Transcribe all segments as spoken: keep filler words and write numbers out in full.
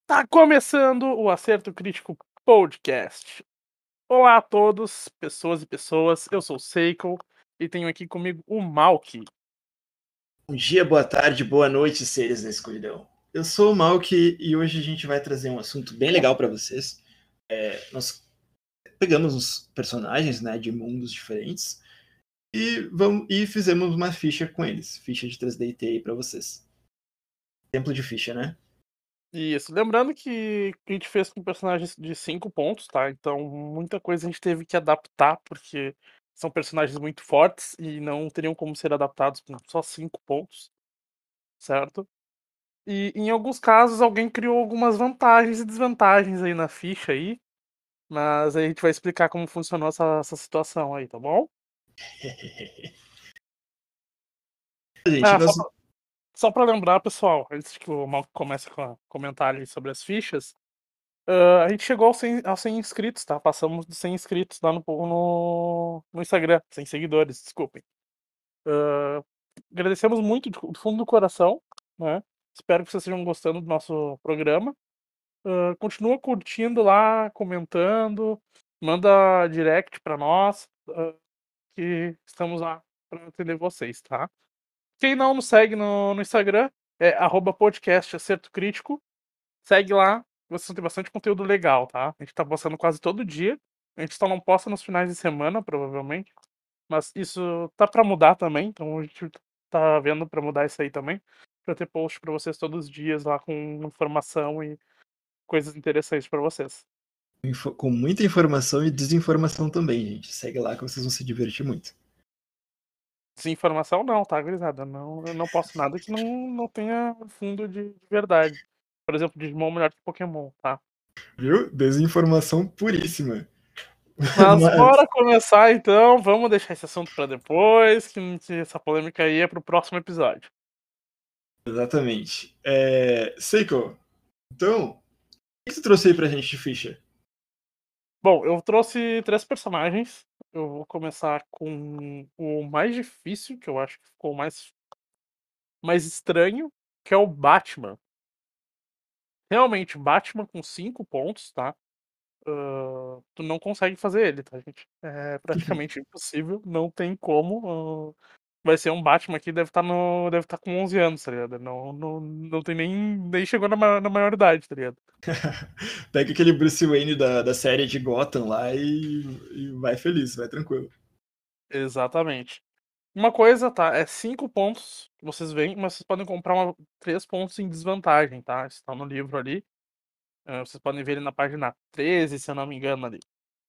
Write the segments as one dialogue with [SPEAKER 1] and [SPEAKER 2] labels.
[SPEAKER 1] Tá começando o Acerto Crítico Podcast. Olá a todos, pessoas e pessoas. Eu sou o Seiko e tenho aqui comigo o Malk.
[SPEAKER 2] Bom dia, boa tarde, boa noite, seres da escuridão. Eu sou o Malk e hoje a gente vai trazer um assunto bem legal para vocês. É, nós pegamos uns personagens, né, de mundos diferentes e, vamos, e fizemos uma ficha com eles. Ficha de três D e T aí para vocês. Exemplo de ficha, né?
[SPEAKER 1] Isso, lembrando que a gente fez com personagens de cinco pontos, tá? Então muita coisa a gente teve que adaptar, porque são personagens muito fortes e não teriam como ser adaptados com só cinco pontos, certo? E em alguns casos alguém criou algumas vantagens e desvantagens aí na ficha aí, mas aí a gente vai explicar como funcionou essa, essa situação aí, tá bom?
[SPEAKER 2] Gente,
[SPEAKER 1] Ah, só
[SPEAKER 2] nós...
[SPEAKER 1] pra, só pra lembrar, pessoal, antes que o Mal comece a comentar ali sobre as fichas, ah, a gente chegou aos cem, aos cem inscritos, tá? Passamos dos cem inscritos lá no, no, no Instagram, cem seguidores, desculpem. Ah, agradecemos muito do fundo do coração, né? Espero que vocês estejam gostando do nosso programa. Uh, continua curtindo lá, comentando, manda direct pra nós, uh, que estamos lá pra atender vocês, tá? Quem não nos segue no, no Instagram é arroba podcast Acerto Crítico. Segue lá, vocês tem bastante conteúdo legal, tá? A gente tá postando quase todo dia. A gente só não posta nos finais de semana, provavelmente. Mas isso tá pra mudar também, então a gente tá vendo pra mudar isso aí também. Pra ter post pra vocês todos os dias lá com informação e coisas interessantes pra vocês.
[SPEAKER 2] info- com muita informação e desinformação também, gente. Segue lá que vocês vão se divertir muito.
[SPEAKER 1] Desinformação não, tá, gurizada? Não, eu não posto nada que não, não tenha fundo de, de verdade. Por exemplo, Digimon é melhor que Pokémon, tá?
[SPEAKER 2] Viu? Desinformação puríssima.
[SPEAKER 1] Mas
[SPEAKER 2] Mas,
[SPEAKER 1] bora começar então, vamos deixar esse assunto pra depois, que, que essa polêmica aí é pro próximo episódio.
[SPEAKER 2] exatamente. É... Seiko, então, o que você trouxe aí pra gente de ficha?
[SPEAKER 1] Bom, eu trouxe três personagens. Eu vou começar com o mais difícil, que eu acho que ficou mais, mais estranho, que é o Batman. Realmente, Batman com cinco pontos, tá? Uh, tu não consegue fazer ele, tá, gente? É praticamente impossível, não tem como. Uh, vai ser um Batman que deve estar no, deve estar com onze anos, tá ligado? Não, não, não tem nem, nem chegou na, ma- na maioridade, tá ligado?
[SPEAKER 2] Pega aquele Bruce Wayne da, da série de Gotham lá e, e vai feliz, vai tranquilo.
[SPEAKER 1] Exatamente. Uma coisa, tá? É cinco pontos que vocês veem, mas vocês podem comprar uma, três pontos em desvantagem, tá? Está no livro ali. Uh, vocês podem ver ele na página treze, se eu não me engano, ali.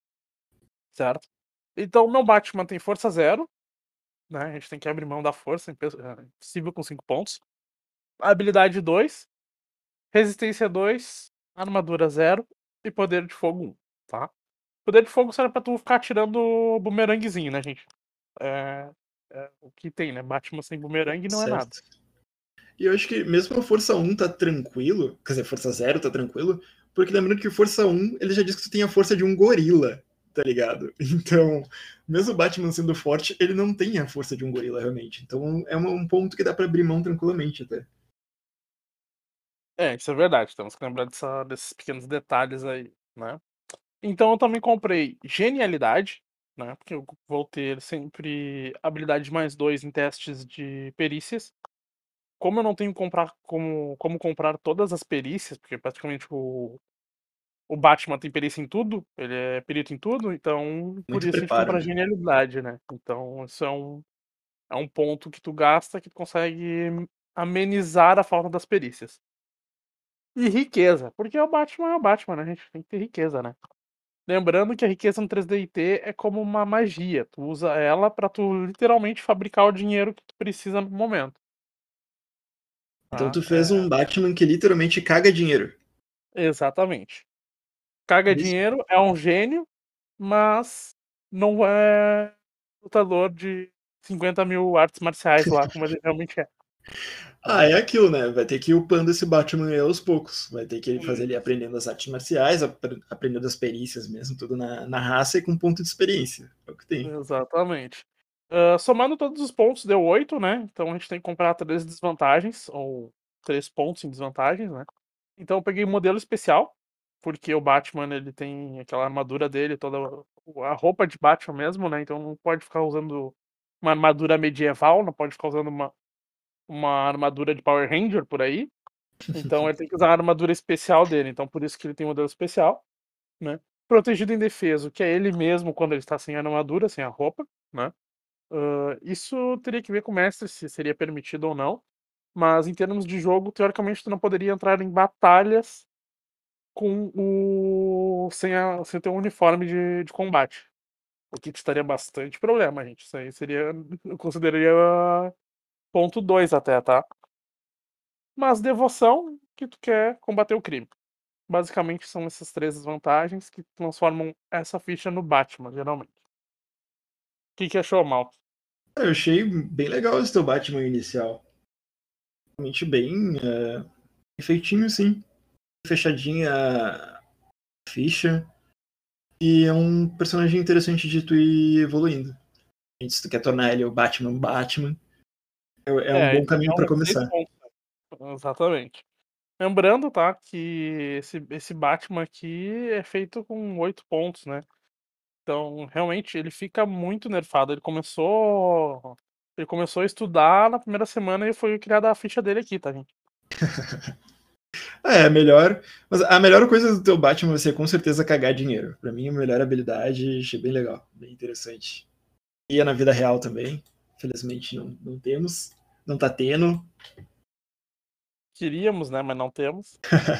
[SPEAKER 1] Certo? Então, o meu Batman tem força zero, né? A gente tem que abrir mão da força, impe- é impossível com cinco pontos. Habilidade dois, resistência dois, armadura zero e poder de fogo um, tá? Poder de fogo serve pra tu ficar atirando bumeranguezinho, né, gente? É, é o que tem, né? Batman sem bumerangue não é nada.
[SPEAKER 2] Certo. E eu acho que mesmo a Força um tá tranquilo, quer dizer, Força zero tá tranquilo, porque lembrando que o Força um, ele já diz que tu tem a força de um gorila, tá ligado? Então, mesmo o Batman sendo forte, ele não tem a força de um gorila, realmente. Então, é um ponto que dá pra abrir mão tranquilamente até.
[SPEAKER 1] É, isso é verdade. Temos que lembrar dessa- desses pequenos detalhes aí, né? Então eu também comprei genialidade, né? Porque eu vou ter sempre habilidade mais dois em testes de perícias. Como eu não tenho comprar, como, como comprar todas as perícias, porque praticamente o, o Batman tem perícia em tudo, ele é perito em tudo, então por
[SPEAKER 2] Muito
[SPEAKER 1] isso a gente
[SPEAKER 2] preparo,
[SPEAKER 1] compra a
[SPEAKER 2] né?
[SPEAKER 1] genialidade, né? Então isso é um, é um ponto que tu gasta que tu consegue amenizar a falta das perícias. E riqueza, porque o Batman é o Batman, né? A gente tem que ter riqueza, né? Lembrando que a riqueza no três D T é como uma magia. Tu usa ela pra tu literalmente fabricar o dinheiro que tu precisa no momento.
[SPEAKER 2] Então,
[SPEAKER 1] Tá?
[SPEAKER 2] tu fez
[SPEAKER 1] É,
[SPEAKER 2] um Batman que literalmente caga dinheiro.
[SPEAKER 1] exatamente. Caga
[SPEAKER 2] Isso.
[SPEAKER 1] dinheiro, é um gênio, mas não é lutador de cinquenta mil artes marciais lá, como ele realmente é.
[SPEAKER 2] Ah,
[SPEAKER 1] Tá?
[SPEAKER 2] é aquilo, né? Vai ter que ir upando esse Batman aí aos poucos. Vai ter que fazer ele
[SPEAKER 1] Hum,
[SPEAKER 2] aprendendo as artes marciais, ap- aprendendo as perícias mesmo, tudo na, na raça e com ponto de experiência. É o que tem.
[SPEAKER 1] Exatamente. Ah, somando todos os pontos, deu oito, né? Então a gente tem que comprar três desvantagens, ou três pontos em desvantagens, né? Então eu peguei modelo especial, porque o Batman ele tem aquela armadura dele, toda a roupa de Batman mesmo, né, então não pode ficar usando uma armadura medieval, não pode ficar usando uma uma armadura de Power Ranger por aí, então ele tem que usar a armadura especial dele, então por isso que ele tem modelo especial, né. Protegido e indefeso, que é ele mesmo quando ele está sem armadura, sem a roupa, né. Hã, isso teria que ver com o mestre se seria permitido ou não, mas em termos de jogo, teoricamente, tu não poderia entrar em batalhas com o sem a sem ter um uniforme de de combate, o que te daria bastante problema, gente. Isso aí seria eu consideraria ponto dois até, tá. Mas devoção, que tu quer combater o crime. Basicamente são essas três desvantagens que transformam essa ficha no Batman, geralmente. Que que achou, Malta?
[SPEAKER 2] Eu achei bem legal esse teu Batman inicial. Realmente bem, eh, bem feitinho, sim. Fechadinha a ficha. E é um personagem interessante de tu ir evoluindo. Se tu quer tornar ele o Batman Batman, é é um
[SPEAKER 1] É,
[SPEAKER 2] bom
[SPEAKER 1] ele
[SPEAKER 2] caminho
[SPEAKER 1] é
[SPEAKER 2] pra
[SPEAKER 1] um seis
[SPEAKER 2] começar.
[SPEAKER 1] pontos, né. Exatamente. Lembrando, tá, que esse esse Batman aqui é feito com oito pontos, né. Então, realmente, ele fica muito nerfado. Ele começou ele começou a estudar na primeira semana e foi criada a ficha dele aqui, tá, gente.
[SPEAKER 2] É, melhor. Mas a melhor coisa do teu Batman vai ser com certeza cagar dinheiro. Pra mim, a melhor habilidade, achei bem legal, bem interessante. E é na vida real também. Felizmente não, não temos. Não tá tendo.
[SPEAKER 1] Queríamos, né, mas não temos.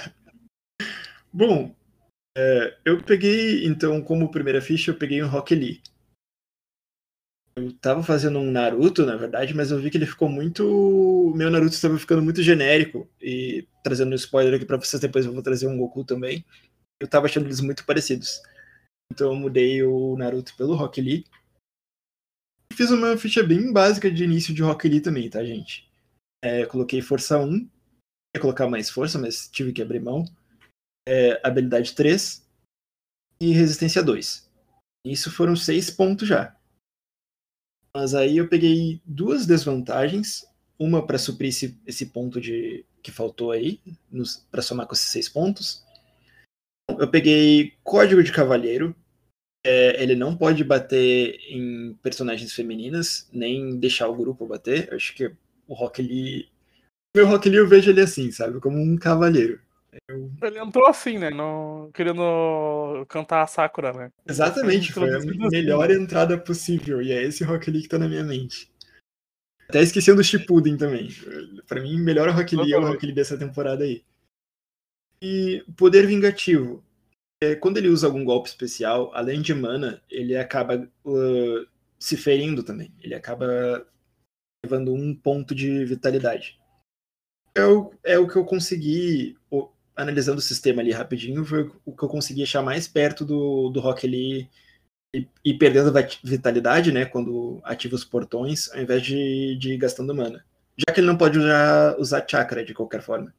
[SPEAKER 2] Bom, é, eu peguei, então, como primeira ficha, eu peguei um Rock Lee. Eu tava fazendo um Naruto, na verdade, mas eu vi que ele ficou muito. O meu Naruto estava ficando muito genérico. E trazendo um spoiler aqui pra vocês, depois eu vou trazer um Goku também. Eu tava achando eles muito parecidos. Então eu mudei o Naruto pelo Rock Lee. Fiz uma ficha bem básica de início de Rock Lee também, tá, gente? É, coloquei força um, ia colocar mais força, mas tive que abrir mão. É, habilidade três e resistência dois. Isso foram seis pontos já. Mas aí eu peguei duas desvantagens, uma para suprir esse, esse ponto de que faltou aí, para somar com esses seis pontos. Eu peguei Código de Cavalheiro. É, ele não pode bater em personagens femininas, nem deixar o grupo bater. Eu acho que o Rock Lee. Meu Rock Lee eu vejo ele assim, sabe? Como um cavalheiro. Eu...
[SPEAKER 1] Ele entrou assim, né, no querendo cantar a Sakura, né. Ele já foi
[SPEAKER 2] Exatamente, foi a
[SPEAKER 1] introduzido assim,
[SPEAKER 2] melhor
[SPEAKER 1] né.
[SPEAKER 2] entrada possível. E é esse Rock Lee que tá na minha mente. Até esquecendo o Shippuden também. Pra mim, o melhor Rock Lee é o
[SPEAKER 1] Exatamente.
[SPEAKER 2] Rock Lee dessa temporada aí. E poder vingativo. É, quando ele usa algum golpe especial, além de mana, ele acaba uh, se ferindo também. Ele acaba levando um ponto de vitalidade. É o, é o que eu consegui, o, analisando o sistema ali rapidinho, foi o que eu consegui achar mais perto do, do Rock Lee e, e perdendo vitalidade, né, quando ativa os portões, ao invés de, de ir gastando mana. Já que ele não pode usar, usar chakra de qualquer forma.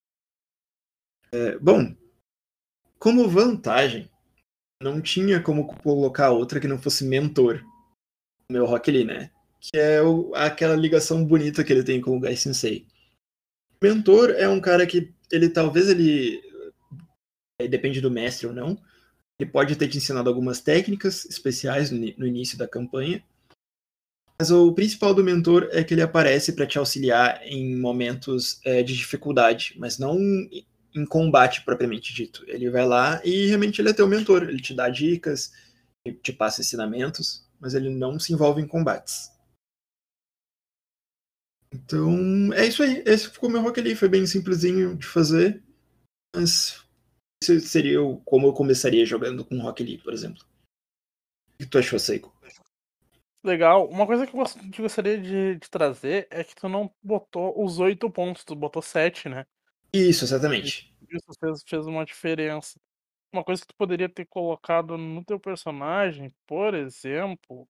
[SPEAKER 2] É, bom, como vantagem, não tinha como colocar outra que não fosse mentor. O meu Rock Lee, né? Que é o, aquela ligação bonita que ele tem com o Gai Sensei. Mentor é um cara que ele talvez ele é, depende do mestre ou não. Ele pode ter te ensinado algumas técnicas especiais no, no início da campanha, mas o principal do mentor é que ele aparece para te auxiliar em momentos é, de dificuldade, mas não em combate propriamente dito. Ele vai lá e realmente ele é teu mentor. Ele te dá dicas, ele te passa ensinamentos, mas ele não se envolve em combates. Então, é isso aí. Esse ficou meu Rock Lee. Foi bem simplesinho de fazer, mas esse seria o, como eu começaria jogando com Rock Lee, por exemplo. O que tu achou, Seiko?
[SPEAKER 1] Legal. Uma coisa que eu gos que gostaria de de trazer é que tu não botou os oito pontos, tu botou sete, né.
[SPEAKER 2] Isso,
[SPEAKER 1] Isso
[SPEAKER 2] exatamente.
[SPEAKER 1] isso fez fez uma diferença. Uma coisa que tu poderia ter colocado no teu personagem, por exemplo,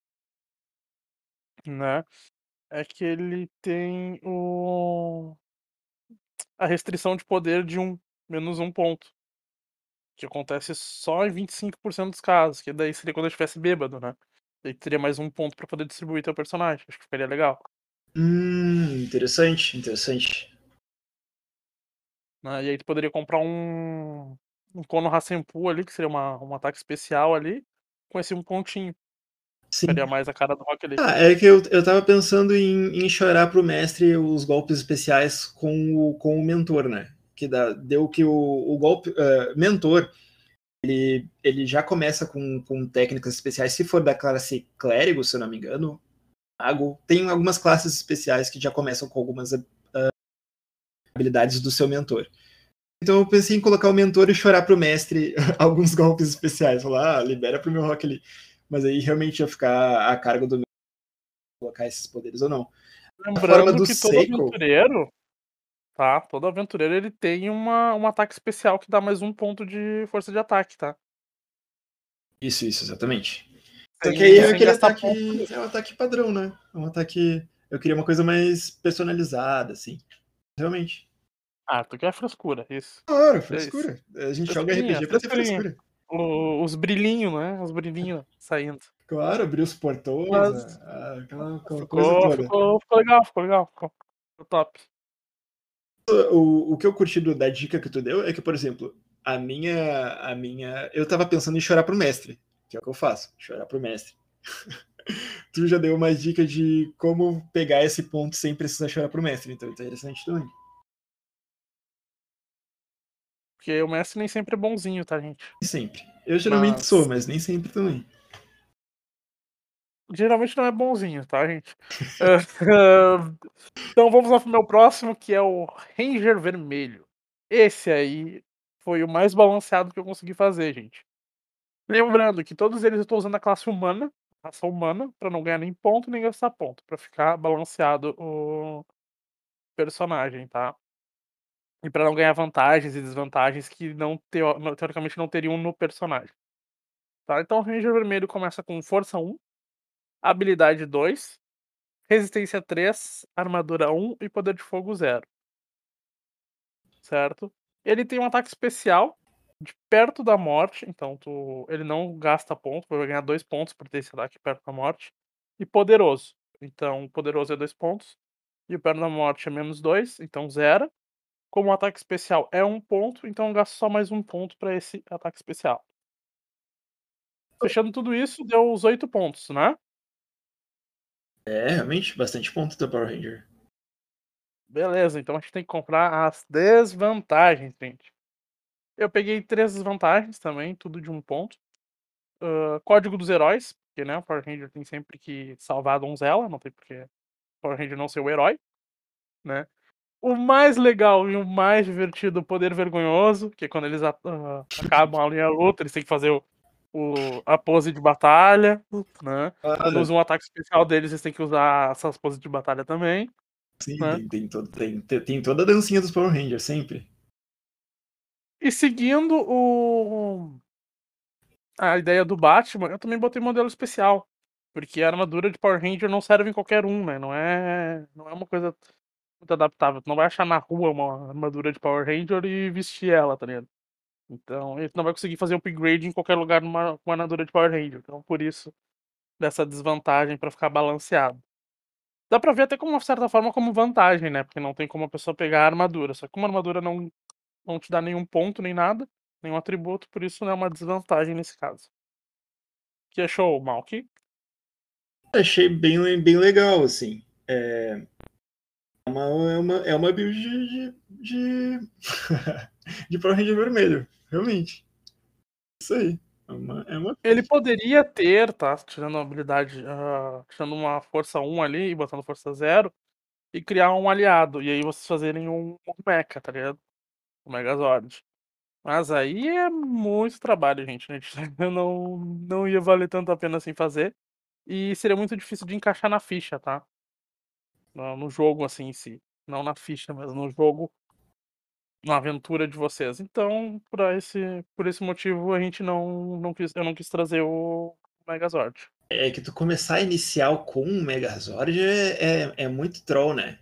[SPEAKER 1] né, é que ele tem o a restrição de poder de um menos um ponto, que acontece só em vinte e cinco por cento dos casos, que daí seria quando eu estivesse bêbado, né. Daí teria mais um ponto pra poder distribuir teu personagem, acho que ficaria legal.
[SPEAKER 2] Hum, interessante, interessante.
[SPEAKER 1] Né, e aí tu poderia comprar um um Konoha Senpu ali, que seria uma um ataque especial ali, com esse um pontinho.
[SPEAKER 2] Sim.
[SPEAKER 1] Ficaria mais a cara do Rock Lee.
[SPEAKER 2] Ah, é que eu, eu tava pensando em, em chorar pro mestre os golpes especiais com o, com o mentor, né? Que dá, deu que o, o golpe uh, mentor ele, ele já começa com, com técnicas especiais. Se for da classe clérigo, se eu não me engano, mago, tem algumas classes especiais que já começam com algumas uh, habilidades do seu mentor. Então eu pensei em colocar o mentor e chorar pro mestre alguns golpes especiais. Falar, ah, libera pro meu Rock Lee. Mas aí realmente ia ficar a cargo do meu colocar esses poderes ou não. A forma
[SPEAKER 1] Lembrando
[SPEAKER 2] do
[SPEAKER 1] que todo
[SPEAKER 2] Seiko.
[SPEAKER 1] aventureiro, tá, todo aventureiro ele tem uma um ataque especial que dá mais um ponto de força de ataque, tá.
[SPEAKER 2] Isso, isso, exatamente. Só que aí
[SPEAKER 1] Sem
[SPEAKER 2] é
[SPEAKER 1] sem
[SPEAKER 2] aquele
[SPEAKER 1] gastar ponto com
[SPEAKER 2] ataque.
[SPEAKER 1] isso.
[SPEAKER 2] É um ataque padrão, né? É um ataque. Eu queria uma coisa mais personalizada, assim. Realmente.
[SPEAKER 1] Ah, tu quer frescura, isso.
[SPEAKER 2] Claro,
[SPEAKER 1] É isso.
[SPEAKER 2] frescura. A gente joga
[SPEAKER 1] Frescurinha,
[SPEAKER 2] R P G pra ter
[SPEAKER 1] frescurinha.
[SPEAKER 2] frescura.
[SPEAKER 1] O os brilhinho, né, os brilhinhos saindo.
[SPEAKER 2] Claro, abrir os portões,
[SPEAKER 1] Mas
[SPEAKER 2] a- a- aquela, aquela coisa
[SPEAKER 1] ficou
[SPEAKER 2] toda.
[SPEAKER 1] ficou ficou legal, ficou legal, ficou ficou top.
[SPEAKER 2] O, o que eu curti do- da dica que tu deu é que, por exemplo, a minha. A minha. Eu tava pensando em chorar pro mestre, que é o que eu faço, chorar pro mestre. Tu já deu uma dica de como pegar esse ponto sem precisar chorar pro mestre, então é interessante também.
[SPEAKER 1] Porque o mestre nem sempre é bonzinho, tá, gente.
[SPEAKER 2] Nem sempre. Eu geralmente sou,
[SPEAKER 1] Mas
[SPEAKER 2] mas nem sempre também.
[SPEAKER 1] geralmente não é bonzinho, tá, gente. Hã, hã, então vamos lá para o meu próximo, que é o Ranger Vermelho. Esse aí foi o mais balanceado que eu consegui fazer, gente. Lembrando que todos eles eu tô usando a classe humana, raça humana, pra não ganhar nem ponto, nem gastar ponto, pra ficar balanceado o personagem, tá. E pra não ganhar vantagens e desvantagens que não teo não teoricamente não teriam no personagem, tá. Então o Ranger Vermelho começa com força um, habilidade dois, resistência três, armadura um e poder de fogo zero, certo. Ele tem um ataque especial de perto da morte, então tu ele não gasta ponto, vai ganhar dois pontos por ter esse ataque perto da morte, e poderoso. Então poderoso é dois pontos, e o perto da morte é menos dois, então zero. Como o ataque especial é um ponto, então eu gasto só mais um ponto pra esse ataque especial. Fechando tudo isso, deu os oito pontos, né.
[SPEAKER 2] É, realmente, bastante ponto da Power Ranger.
[SPEAKER 1] Beleza, então a gente tem que comprar as desvantagens, gente. Eu peguei três desvantagens também, tudo de um ponto. Hã, código dos heróis, porque, né, o Power Ranger tem sempre que salvar a donzela, não tem porque o Power Ranger não ser o herói, né. O mais legal e o mais divertido, o poder vergonhoso, que é quando eles a hã, acabam ali a luta, eles têm que fazer o o a pose de batalha, né. Quando
[SPEAKER 2] Claro,
[SPEAKER 1] usam um ataque especial deles, eles têm que usar essas poses de batalha também,
[SPEAKER 2] sim,
[SPEAKER 1] né.
[SPEAKER 2] tem, tem, todo, tem, tem tem toda a dancinha dos Power Rangers, sempre.
[SPEAKER 1] E seguindo o a ideia do Batman, eu também botei modelo especial, porque a armadura de Power Ranger não serve em qualquer um, né, não é não é uma coisa muito adaptável, tu não vai achar na rua uma armadura de Power Ranger e vestir ela, tá ligado. Então, ele não vai conseguir fazer upgrade em qualquer lugar numa com armadura de Power Ranger, então por isso, dessa desvantagem pra ficar balanceado. Dá pra ver até como uma certa forma como vantagem, né, porque não tem como a pessoa pegar a armadura, só que como a armadura não não te dá nenhum ponto nem nada, nenhum atributo, por isso é uma desvantagem nesse caso. Que achou, Malk?
[SPEAKER 2] Achei bem, bem legal, assim. É uma, é uma, é uma build de, de, de, de Power Ranger vermelho, realmente. Isso aí. É uma, é uma
[SPEAKER 1] Ele poderia ter, tá, tirando a habilidade, hã, tirando uma força um ali e botando força zero, e criar um aliado, e aí vocês fazerem um um mecha, tá ligado? Um Megazord. Mas aí é muito trabalho, gente, né, não não ia valer tanto a pena assim fazer, e seria muito difícil de encaixar na ficha, tá. No no jogo, assim, em si, não na ficha, mas no jogo, na aventura de vocês. Então, pra esse por esse motivo a gente não não quis eu não quis trazer o Megazord.
[SPEAKER 2] É que tu começar inicial com um Megazord é, é, é muito troll, né?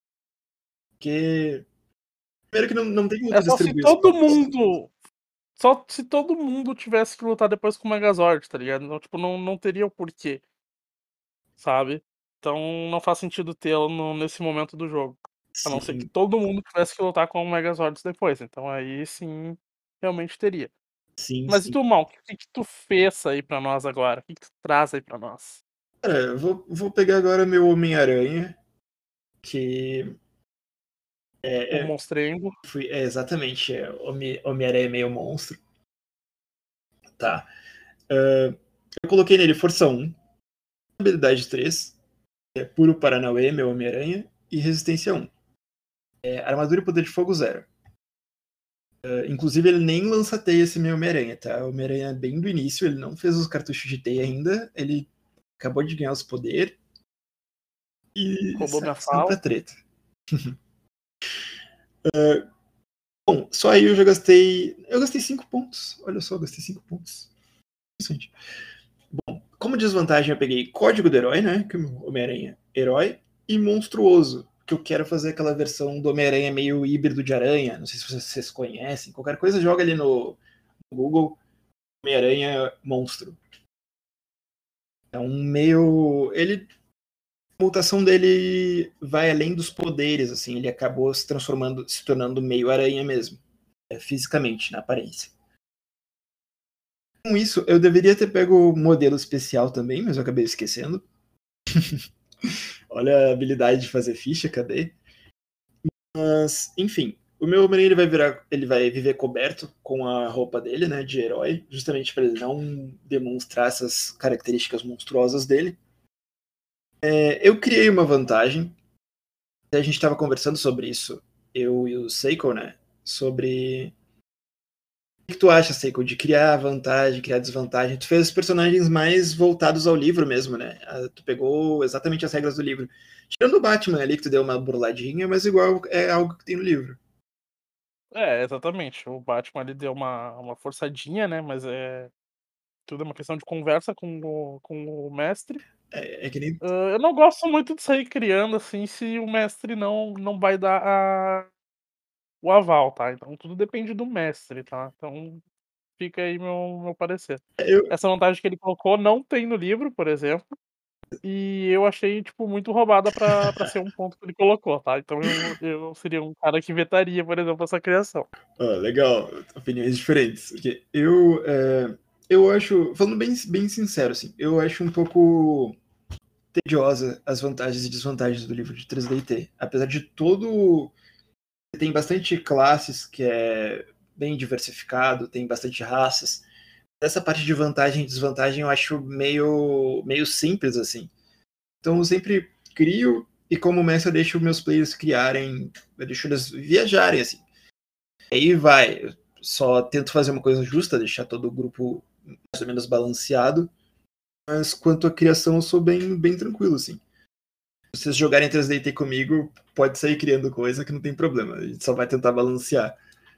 [SPEAKER 2] Porque. Primeiro que não, não tem como
[SPEAKER 1] É
[SPEAKER 2] tu
[SPEAKER 1] só se
[SPEAKER 2] distribuir os
[SPEAKER 1] todo
[SPEAKER 2] pontos.
[SPEAKER 1] mundo só se todo mundo tivesse que lutar depois com o Megazord, tá ligado? Então, tipo, não não teria o porquê, sabe. Então não faz sentido tê-lo no nesse momento do jogo. A não ser que
[SPEAKER 2] Sim,
[SPEAKER 1] todo mundo tivesse que lutar com o Megazords depois, então aí sim, realmente teria.
[SPEAKER 2] sim,
[SPEAKER 1] Mas e
[SPEAKER 2] sim.
[SPEAKER 1] tu, Mal, o que que tu fez aí pra nós agora? O que que tu traz aí pra nós?
[SPEAKER 2] Cara, eu vou, vou pegar agora meu Homem-Aranha, que
[SPEAKER 1] O
[SPEAKER 2] é, é,
[SPEAKER 1] Monstrengo.
[SPEAKER 2] fui, é exatamente é, Homem- Homem-Aranha meio monstro, tá? Ah, eu coloquei nele Força um, habilidade três, é puro Paranauê, meu Homem-Aranha, e resistência um. É, armadura e poder de fogo zero. Uh, inclusive, ele nem lança teia esse meu Homem-Aranha, tá? O Homem-Aranha é bem do início, ele não fez os cartuchos de teia ainda, ele acabou de ganhar os poderes e
[SPEAKER 1] Roubou
[SPEAKER 2] sa
[SPEAKER 1] minha
[SPEAKER 2] saiu pra
[SPEAKER 1] fala.
[SPEAKER 2] treta. uh, bom, só aí eu já gastei. Eu gastei cinco pontos. Olha só, eu gastei cinco pontos. Interessante. Bom, como desvantagem eu peguei Código do Herói, né? Que é o Homem-Aranha herói, e Monstruoso, que eu quero fazer aquela versão do Homem-Aranha meio híbrido de aranha. Não sei se vocês conhecem. Qualquer coisa, joga ali no Google Homem-Aranha Monstro. É um meio. Ele. A mutação dele vai além dos poderes, assim. Ele acabou se transformando, se tornando meio aranha mesmo. É, fisicamente, na aparência. Com isso, eu deveria ter pego o modelo especial também, mas eu acabei esquecendo. Olha a habilidade de fazer ficha, cadê? Mas, enfim, o meu Homem-Aranha ele vai virar, ele vai viver coberto com a roupa dele, né, de herói, justamente para ele não demonstrar essas características monstruosas dele. É, eu criei uma vantagem. A gente estava conversando sobre isso, eu e o Seiko, né? Sobre o que tu acha, Seiko, de criar vantagem, criar desvantagem. Tu fez os personagens mais voltados ao livro mesmo, né? Ah, tu pegou exatamente as regras do livro. Tirando o Batman ali, que tu deu uma burladinha, mas igual é algo que tem no livro.
[SPEAKER 1] É, exatamente. O Batman ali deu uma, uma forçadinha, né? Mas é tudo é uma questão de conversa com o, com o mestre.
[SPEAKER 2] É, é que nem.
[SPEAKER 1] Ah, eu não gosto muito de sair criando assim se o mestre não, não vai dar a, o aval, tá? Então tudo depende do mestre, tá? Então fica aí meu, meu parecer.
[SPEAKER 2] Eu,
[SPEAKER 1] Essa vantagem que ele colocou não tem no livro, por exemplo. E eu achei, tipo, muito roubada pra, pra ser um ponto que ele colocou, tá? Então eu, eu seria um cara que vetaria, por exemplo, essa criação.
[SPEAKER 2] ó, legal, opiniões diferentes. Porque eu, é, eu acho, falando bem, bem sincero, assim, eu acho um pouco tediosa as vantagens e desvantagens do livro de três D T. Apesar de todo. Tem bastante classes que é bem diversificado, tem bastante raças. Essa parte de vantagem e desvantagem eu acho meio, meio simples, assim. Então eu sempre crio e como mestre eu deixo meus players criarem, eu deixo eles viajarem, assim. Aí vai, eu só tento fazer uma coisa justa, deixar todo o grupo mais ou menos balanceado, mas quanto à criação eu sou bem, bem tranquilo, assim. Se vocês jogarem três D T comigo, pode sair criando coisa que não tem problema, a gente só vai tentar balancear.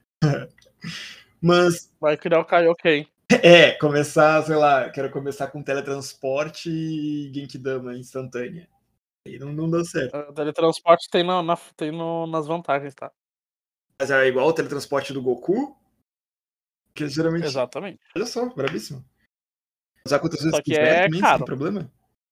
[SPEAKER 2] Mas,
[SPEAKER 1] Vai criar o Kaioken.
[SPEAKER 2] é, começar, sei lá, quero começar com teletransporte e Genkidama instantânea. Aí não, não dá certo.
[SPEAKER 1] O teletransporte tem, na, na- tem no, nas vantagens, tá?
[SPEAKER 2] Mas é igual o teletransporte do Goku, que geralmente.
[SPEAKER 1] Exatamente.
[SPEAKER 2] Olha só, brabíssimo. Usar quantas vezes
[SPEAKER 1] Só que
[SPEAKER 2] quiser
[SPEAKER 1] é
[SPEAKER 2] também, sem
[SPEAKER 1] caro.
[SPEAKER 2] problema.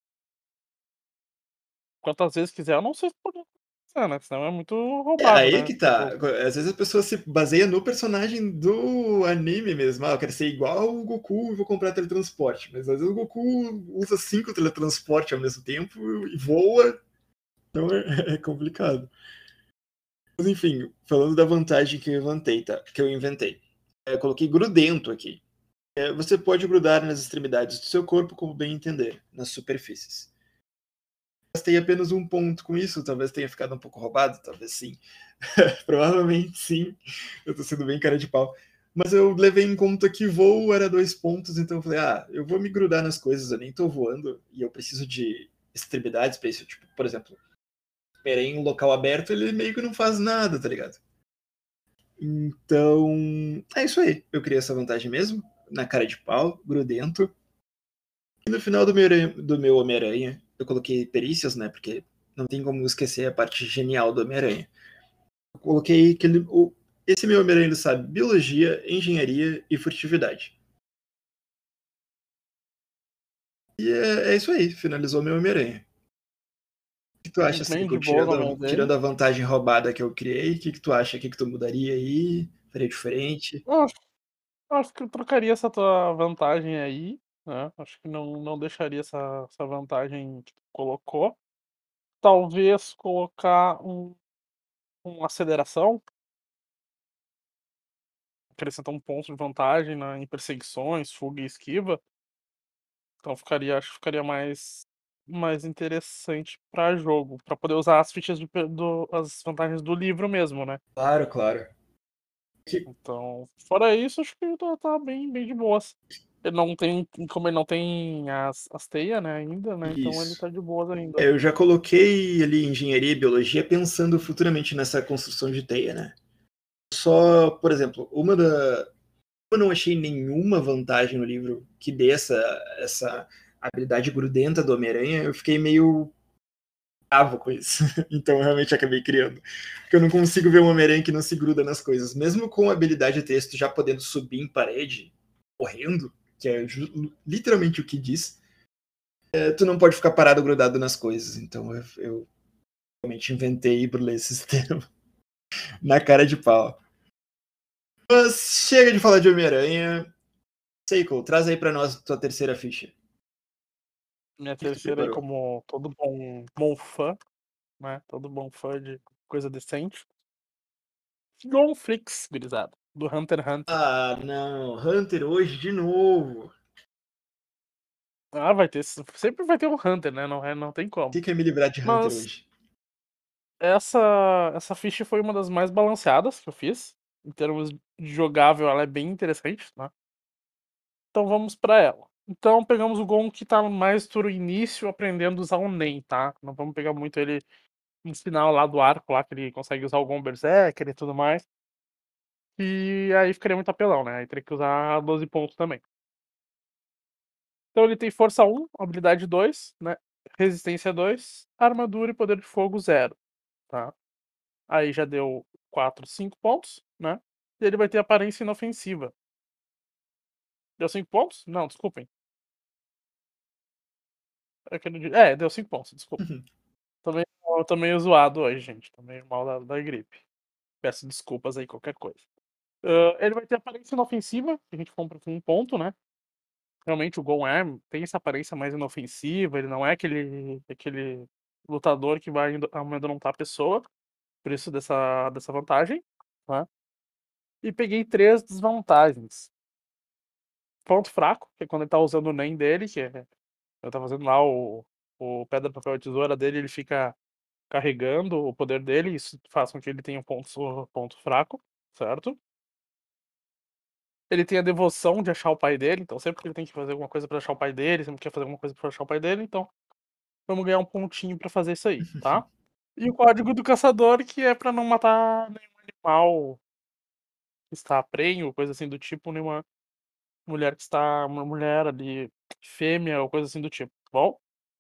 [SPEAKER 1] Quantas vezes quiser, eu não sei se pode acontecer, né? Senão é muito
[SPEAKER 2] É
[SPEAKER 1] roubado,
[SPEAKER 2] aí
[SPEAKER 1] né?
[SPEAKER 2] que tá.
[SPEAKER 1] Tipo,
[SPEAKER 2] Às vezes a pessoa se baseia no personagem do anime mesmo. Ah, eu quero ser igual o Goku e vou comprar teletransporte. Mas às vezes o Goku usa cinco teletransportes ao mesmo tempo e voa. Então é, é complicado. Mas enfim, falando da vantagem que eu inventei, tá? Que eu inventei. É, eu coloquei grudento aqui. É, você pode grudar nas extremidades do seu corpo como bem entender, nas superfícies. Gastei apenas um ponto com isso, talvez tenha ficado um pouco roubado, talvez sim. Provavelmente sim. Eu tô sendo bem cara de pau. Mas eu levei em conta que voo era dois pontos, então eu falei, ah, eu vou me grudar nas coisas, eu nem tô voando, e eu preciso de extremidades pra isso. Tipo, por exemplo, em um local aberto, ele meio que não faz nada, tá ligado? Então, é isso aí. Eu criei essa vantagem mesmo, na cara de pau, grudento. E no final do meu, do meu Homem-Aranha, eu coloquei perícias, né? Porque não tem como esquecer a parte genial do Homem-Aranha. Eu coloquei que ele, o, esse meu Homem-Aranha ele sabe biologia, engenharia e furtividade. E é, é isso aí, finalizou meu Homem-Aranha. tu acha,
[SPEAKER 1] bem
[SPEAKER 2] Seiko?
[SPEAKER 1] de boa com a
[SPEAKER 2] Tirando,
[SPEAKER 1] mão dele.
[SPEAKER 2] tirando a vantagem roubada que eu criei, o que, que tu acha? O que, que tu mudaria aí? Faria diferente?
[SPEAKER 1] Eu acho acho que eu trocaria essa tua vantagem aí, né, acho que não não deixaria essa essa vantagem que tu colocou. Talvez colocar um uma aceleração acrescentar um ponto de vantagem na em perseguições, fuga e esquiva. Então ficaria acho que ficaria mais mais interessante pra jogo, pra poder usar as fichas de pe do as vantagens do livro mesmo, né.
[SPEAKER 2] Claro, claro. Que
[SPEAKER 1] Então, fora isso, acho que tá tá bem bem de boas. Ele não tem como ele não tem as as teia, né, ainda, né, então ele
[SPEAKER 2] Isso.
[SPEAKER 1] tá de boas ainda.
[SPEAKER 2] É, eu já coloquei ali engenharia e biologia pensando futuramente nessa construção de teia, né. Só, por exemplo, uma da eu não achei nenhuma vantagem no livro que dê essa essa habilidade grudenta do Homem-Aranha, eu fiquei meio bravo com isso. Então eu realmente acabei criando. Porque eu não consigo ver um Homem-Aranha que não se gruda nas coisas. Mesmo com a habilidade de texto já podendo subir em parede, correndo, que é ju- literalmente o que diz, é, tu não pode ficar parado grudado nas coisas. Então eu, eu realmente inventei e burlei esse sistema na cara de pau. Mas chega de falar de Homem-Aranha. Seiko, traz aí pra nós tua terceira ficha. O
[SPEAKER 1] Minha
[SPEAKER 2] que, que tu
[SPEAKER 1] terceira aí,
[SPEAKER 2] preparou?
[SPEAKER 1] como todo bom bom fã, né, todo bom fã de coisa decente. Gonflix, gurizada, do Hunter x Hunter.
[SPEAKER 2] Ah, não. Hunter hoje de novo.
[SPEAKER 1] Ah, vai ter sempre vai ter um Hunter, né, não é não tem como.
[SPEAKER 2] O que, que é me livrar de Hunter
[SPEAKER 1] Mas
[SPEAKER 2] hoje?
[SPEAKER 1] essa essa ficha foi uma das mais balanceadas que eu fiz, em termos de jogável ela é bem interessante, né. Então vamos pra ela. Então pegamos o Gon que tá mais pro início aprendendo a usar o Nen, tá, não vamos pegar muito ele no final lá do arco lá que ele consegue usar o Gon Berserker e tudo mais. E aí ficaria muito apelão, né, aí teria que usar doze pontos também. Então ele tem força um, habilidade dois, né, resistência dois, armadura e poder de fogo zero, tá. Aí já deu quatro, cinco pontos, né, e ele vai ter aparência inofensiva. Deu cinco pontos? Não, desculpem. É que eu não di é, deu cinco pontos, desculpa.
[SPEAKER 2] Uhum.
[SPEAKER 1] Tô meio tô meio zoado hoje, gente, tô meio mal da da gripe. Peço desculpas aí, qualquer coisa. Hã, ele vai ter aparência inofensiva, que a gente compra com um ponto, né. Realmente o Gon é tem essa aparência mais inofensiva, ele não é aquele aquele lutador que vai indo amedrontar a pessoa, por isso dessa dessa vantagem, né. E peguei três desvantagens. Ponto fraco, que é quando ele tá usando o Nen dele, que é ele tá fazendo lá o o pedra, papel e tesoura dele, ele fica carregando o poder dele, isso faz com que ele tenha um ponto ponto fraco, certo. Ele tem a devoção de achar o pai dele, então sempre que ele tem que fazer alguma coisa pra achar o pai dele, sempre quer fazer alguma coisa pra achar o pai dele, então vamos ganhar um pontinho pra fazer isso aí, tá. E o código do caçador, que é pra não matar nenhum animal que está prenho, coisa assim do tipo, nenhuma mulher que está uma mulher ali, fêmea ou coisa assim do tipo, tá bom?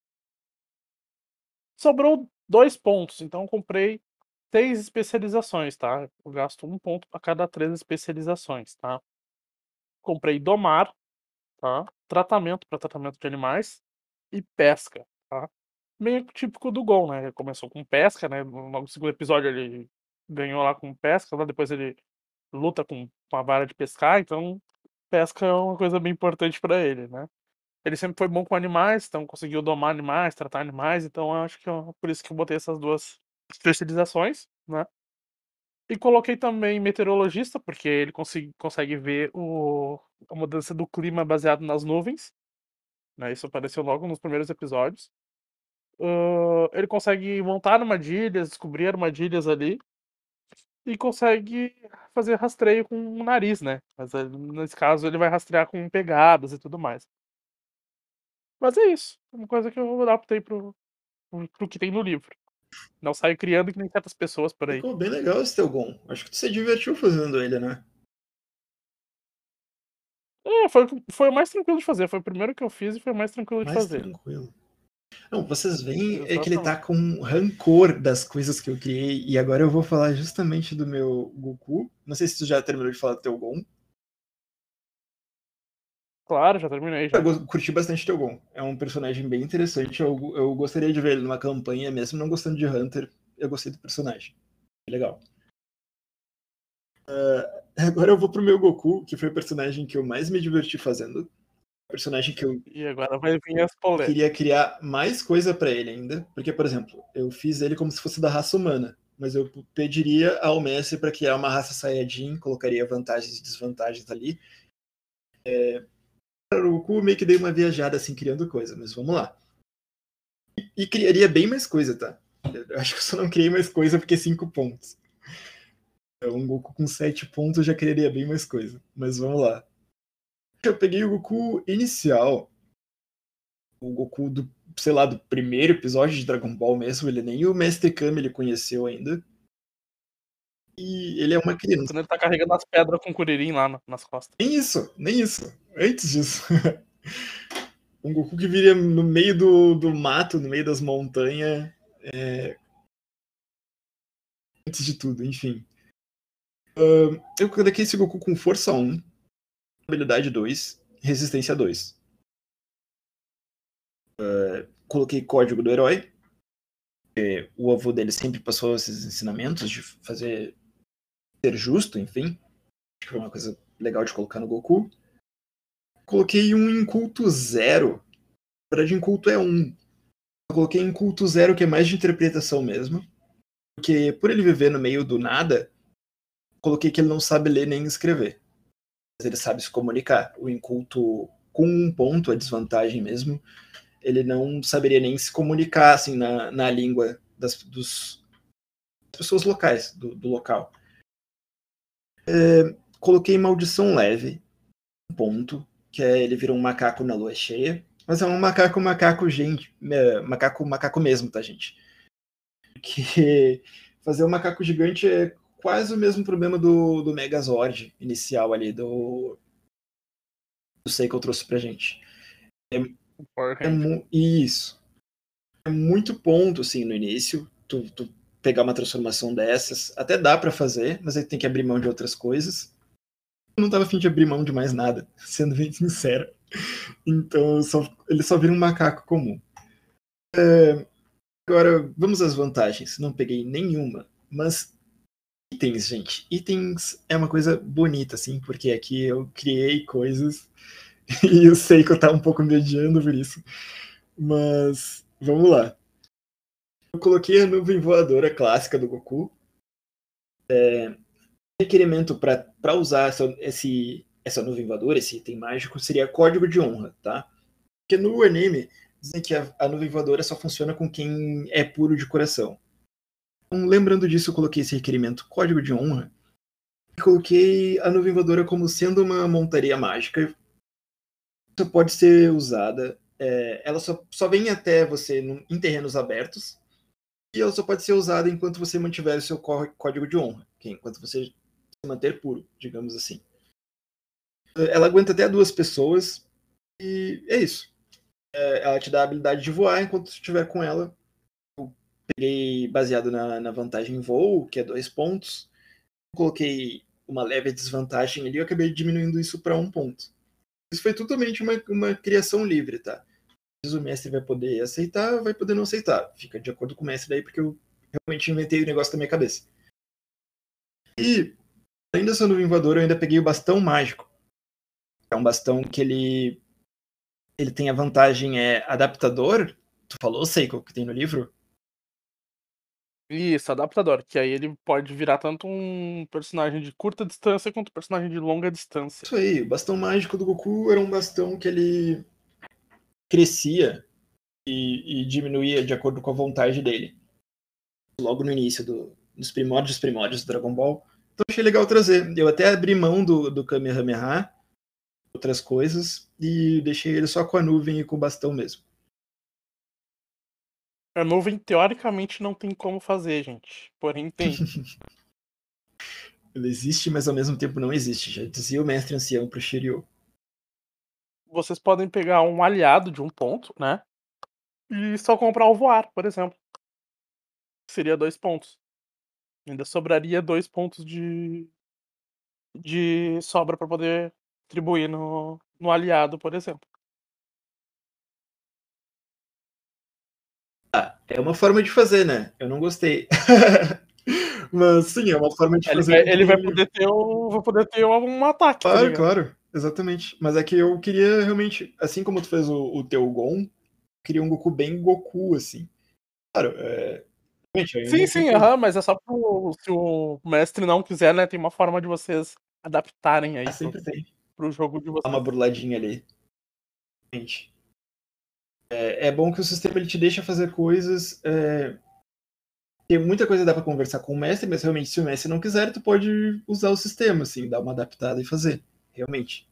[SPEAKER 1] Sobrou dois pontos, então eu comprei seis especializações, tá. Eu gasto um ponto pra cada três especializações, tá. Comprei domar, tá, tratamento pra tratamento de animais e pesca, tá. Meio que típico do Gon, né, ele começou com pesca, né, no no segundo episódio ele ganhou lá com pesca, lá depois ele luta com com a vara de pescar, então pesca é uma coisa bem importante pra ele, né. Ele sempre foi bom com animais, então conseguiu domar animais, tratar animais, então eu acho que é por isso que eu botei essas duas especializações, né. E coloquei também meteorologista, porque ele consi consegue ver o a mudança do clima baseado nas nuvens, né, isso apareceu logo nos primeiros episódios. Hã, ele consegue montar armadilhas, descobrir armadilhas ali e consegue fazer rastreio com o nariz, né, mas aí nesse caso ele vai rastrear com pegadas e tudo mais. Mas é isso, é uma coisa que eu adaptei para o para o que tem no livro. Não saio criando que nem certas pessoas por aí.
[SPEAKER 2] Ficou bem legal esse teu Gon. Acho que tu se divertiu fazendo ele, né?
[SPEAKER 1] É, foi o que foi o mais tranquilo de fazer, foi o primeiro que eu fiz e foi o mais tranquilo de
[SPEAKER 2] Mais
[SPEAKER 1] fazer.
[SPEAKER 2] tranquilo. Não, vocês veem é que ele tá
[SPEAKER 1] Exatamente.
[SPEAKER 2] com rancor das coisas que eu criei, e agora eu vou falar justamente do meu Goku. Não sei se tu já terminou de falar do teu Gon.
[SPEAKER 1] Claro, já terminei
[SPEAKER 2] Eu
[SPEAKER 1] já.
[SPEAKER 2] go- curti bastante teu Gon. É um personagem bem interessante. Eu, eu gostaria de ver ele numa campanha, mesmo não gostando de Hunter. Eu gostei do personagem. Legal. Agora eu vou pro meu Goku, que foi o personagem que eu mais me diverti fazendo. O personagem que eu
[SPEAKER 1] E agora vai vir as polêmicas.
[SPEAKER 2] queria criar mais coisa pra ele ainda. Porque, por exemplo, eu fiz ele como se fosse da raça humana. Mas eu pediria ao Messi para criar uma raça Saiyajin, colocaria vantagens e desvantagens ali. Para o Goku, meio que dei uma viajada assim, criando coisa, mas vamos lá. E, e criaria bem mais coisa, tá? Eu acho que eu só não criei mais coisa porque cinco pontos. Então, um Goku com sete pontos eu já criaria bem mais coisa. Mas vamos lá. Eu peguei o Goku inicial, o Goku do, sei lá, do primeiro episódio de Dragon Ball mesmo, ele nem o Mestre Kami ele conheceu ainda. E ele é uma criança.
[SPEAKER 1] Quando ele tá carregando as pedras com o Kuririn lá no- nas costas.
[SPEAKER 2] Nem isso, nem isso. Antes disso. Um Goku que viria no meio do, do mato, no meio das montanhas. É... Antes de tudo, enfim. Uh, eu coloquei esse Goku com força um, habilidade dois, resistência dois. Uh, coloquei código do herói. O avô dele sempre passou esses ensinamentos de fazer ser justo, enfim. Acho que foi uma coisa legal de colocar no Goku. Coloquei um inculto zero. Na verdade, inculto é um. Eu coloquei inculto zero, que é mais de interpretação mesmo. Porque por ele viver no meio do nada, coloquei que ele não sabe ler nem escrever. Mas ele sabe se comunicar. O inculto com um ponto, a desvantagem mesmo, ele não saberia nem se comunicar assim, na, na língua das dos, pessoas locais, do, do local. É, coloquei maldição leve, um ponto, que é ele vira um macaco na lua cheia. Mas é um macaco, macaco, gente. É, macaco, macaco mesmo, tá, gente? Porque fazer um macaco gigante é quase o mesmo problema do, do Megazord inicial ali, do, do Sei que eu trouxe pra gente. É,
[SPEAKER 1] Power
[SPEAKER 2] é
[SPEAKER 1] Ranger.
[SPEAKER 2] mu- isso. É muito ponto, assim, no início. Tu, tu pegar uma transformação dessas. Até dá pra fazer, mas aí tem que abrir mão de outras coisas. Eu não tava afim de abrir mão de mais nada, sendo bem sincero. Então só, ele só vira um macaco comum. É, agora, vamos às vantagens. Não peguei nenhuma, mas itens, gente. Itens é uma coisa bonita, assim, porque aqui eu criei coisas e eu sei que eu tava um pouco me odiando por isso. Mas vamos lá. Eu coloquei a nuvem voadora clássica do Goku. É, requerimento para usar essa, esse, essa nuvem voadora, esse item mágico, seria código de honra, tá? Porque no anime dizem que a, a nuvem voadora só funciona com quem é puro de coração. Então, lembrando disso, eu coloquei esse requerimento código de honra e coloquei a nuvem voadora como sendo uma montaria mágica. Só pode ser usada. É, ela só, só vem até você no, em terrenos abertos e ela só pode ser usada enquanto você mantiver o seu código de honra, que é enquanto você se manter puro, digamos assim. Ela aguenta até duas pessoas e é isso. É, ela te dá a habilidade de voar enquanto você estiver com ela. Peguei baseado na, na vantagem voo, que é dois pontos. Coloquei uma leve desvantagem ali, eu acabei diminuindo isso para um ponto. Isso foi totalmente uma, uma criação livre, tá? O mestre vai poder aceitar, vai poder não aceitar. Fica de acordo com o mestre daí, porque eu realmente inventei o negócio da minha cabeça. E, além dessa nuvem voadora, eu ainda peguei o bastão mágico. É um bastão que ele, ele tem a vantagem, é adaptador. Tu falou, Seiko, que tem no livro?
[SPEAKER 1] Isso, adaptador, que aí ele pode virar tanto um personagem de curta distância quanto um personagem de longa distância.
[SPEAKER 2] Isso aí, o bastão mágico do Goku era um bastão que ele crescia e, e diminuía de acordo com a vontade dele. Logo no início do, dos primórdios primórdios do Dragon Ball. Então achei legal trazer. Eu até abri mão do, do Kamehameha, outras coisas, e deixei ele só com a nuvem e com o bastão mesmo.
[SPEAKER 1] A nuvem, teoricamente, não tem como fazer, gente. Porém, tem.
[SPEAKER 2] Ele existe, mas ao mesmo tempo não existe. Já dizia o mestre ancião pro Shiryu.
[SPEAKER 1] Vocês podem pegar um aliado de um ponto, né? E só comprar o voar, por exemplo. Seria dois pontos. Ainda sobraria dois pontos de. de sobra pra poder distribuir no no aliado, por exemplo.
[SPEAKER 2] Ah, é uma forma de fazer, né, eu não gostei. Mas sim, é uma forma de
[SPEAKER 1] Ele
[SPEAKER 2] fazer
[SPEAKER 1] vai
[SPEAKER 2] com
[SPEAKER 1] ele vai
[SPEAKER 2] que
[SPEAKER 1] poder ter o vai poder ter um ataque, tá
[SPEAKER 2] Claro,
[SPEAKER 1] ligado.
[SPEAKER 2] claro, exatamente. Mas é que eu queria realmente, assim como tu fez o o teu Gon, queria um Goku bem Goku, assim. Claro, eh, realmente aí
[SPEAKER 1] Sim,
[SPEAKER 2] não tem
[SPEAKER 1] sim,
[SPEAKER 2] como.
[SPEAKER 1] aham, mas é só para o se o mestre não quiser, né, tem uma forma de vocês adaptarem aí
[SPEAKER 2] Ah,
[SPEAKER 1] para o
[SPEAKER 2] sempre tem.
[SPEAKER 1] para o jogo de
[SPEAKER 2] Dá uma
[SPEAKER 1] vocês.
[SPEAKER 2] burladinha ali. Mente. É é bom que o sistema ele te deixa fazer coisas, eh Tem muita coisa dá pra conversar com o mestre, mas realmente se o mestre não quiser, tu pode usar o sistema, assim, dar uma adaptada e fazer, realmente.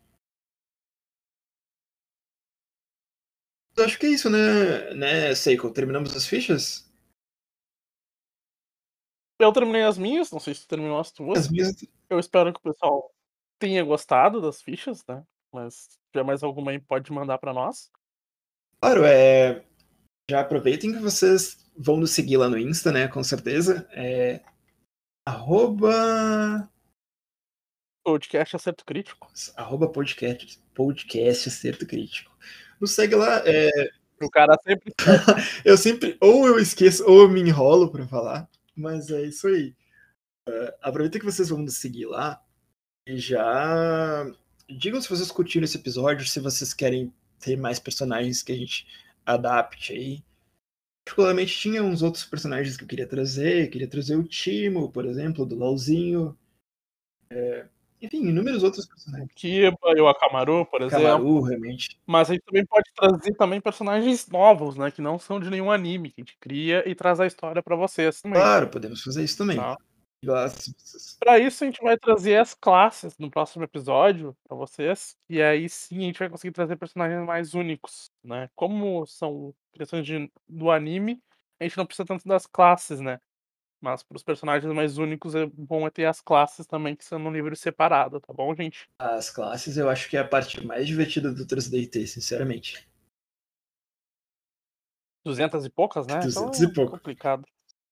[SPEAKER 2] Eu acho que é isso, né né, Seiko, terminamos as fichas?
[SPEAKER 1] Eu terminei as minhas, não sei se tu terminou as
[SPEAKER 2] As
[SPEAKER 1] tuas.
[SPEAKER 2] minhas
[SPEAKER 1] Eu espero que o pessoal tenha gostado das fichas, né, mas se tiver mais alguma aí pode mandar pra nós.
[SPEAKER 2] Claro, eh, já aproveitem que vocês vão nos seguir lá no Insta, né, com certeza, eh, arroba
[SPEAKER 1] Podcast Acerto Crítico.
[SPEAKER 2] arroba podcast podcast Acerto Crítico. Nos segue lá, eh
[SPEAKER 1] O cara sempre esquece.
[SPEAKER 2] eu sempre ou eu esqueço ou eu me enrolo pra falar, mas é isso aí. Hã, aproveita que vocês vão nos seguir lá, e já digam se vocês curtiram esse episódio, se vocês querem ter mais personagens que a gente adapte aí. Particularmente tinha uns outros personagens que eu queria trazer, queria trazer o Timo, por exemplo, do LOLzinho. Eh, enfim, inúmeros outros
[SPEAKER 1] O
[SPEAKER 2] personagens.
[SPEAKER 1] Kiba e o Akamaru, por
[SPEAKER 2] Camaru,
[SPEAKER 1] exemplo.
[SPEAKER 2] realmente.
[SPEAKER 1] Mas a gente também pode trazer também personagens novos, né, que não são de nenhum anime, que a gente cria e traz a história pra vocês também.
[SPEAKER 2] Claro, podemos fazer isso também.
[SPEAKER 1] Tá.
[SPEAKER 2] Graças.
[SPEAKER 1] Pra isso a gente vai trazer as classes no próximo episódio pra vocês, e aí sim a gente vai conseguir trazer personagens mais únicos, né. Como são criações de do anime, a gente não precisa tanto das classes, né, mas para os personagens mais únicos é bom é ter as classes também que são num livro separado, tá bom, gente?
[SPEAKER 2] As classes eu acho que é a parte mais divertida do três D T, sinceramente.
[SPEAKER 1] duzentas e poucas, né,
[SPEAKER 2] duzentos e
[SPEAKER 1] então é
[SPEAKER 2] pouco.
[SPEAKER 1] complicado.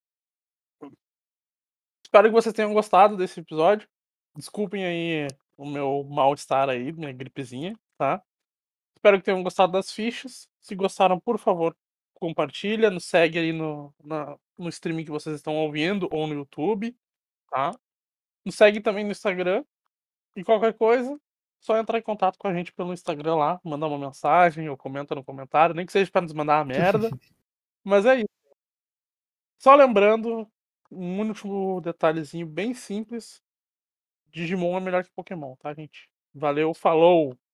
[SPEAKER 1] Espero que vocês tenham gostado desse episódio. Desculpem aí o meu mal-estar aí, minha gripezinha, tá. Espero que tenham gostado das fichas. Se gostaram, por favor, compartilha, nos segue aí no na no streaming que vocês estão ouvindo ou no YouTube, tá. Nos segue também no Instagram, e qualquer coisa, só entrar em contato com a gente pelo Instagram lá, mandar uma mensagem ou comenta no comentário, nem que seja pra nos mandar uma merda, mas é isso. Só lembrando, um último detalhezinho bem simples, Digimon é melhor que Pokémon, tá gente. Valeu, falou!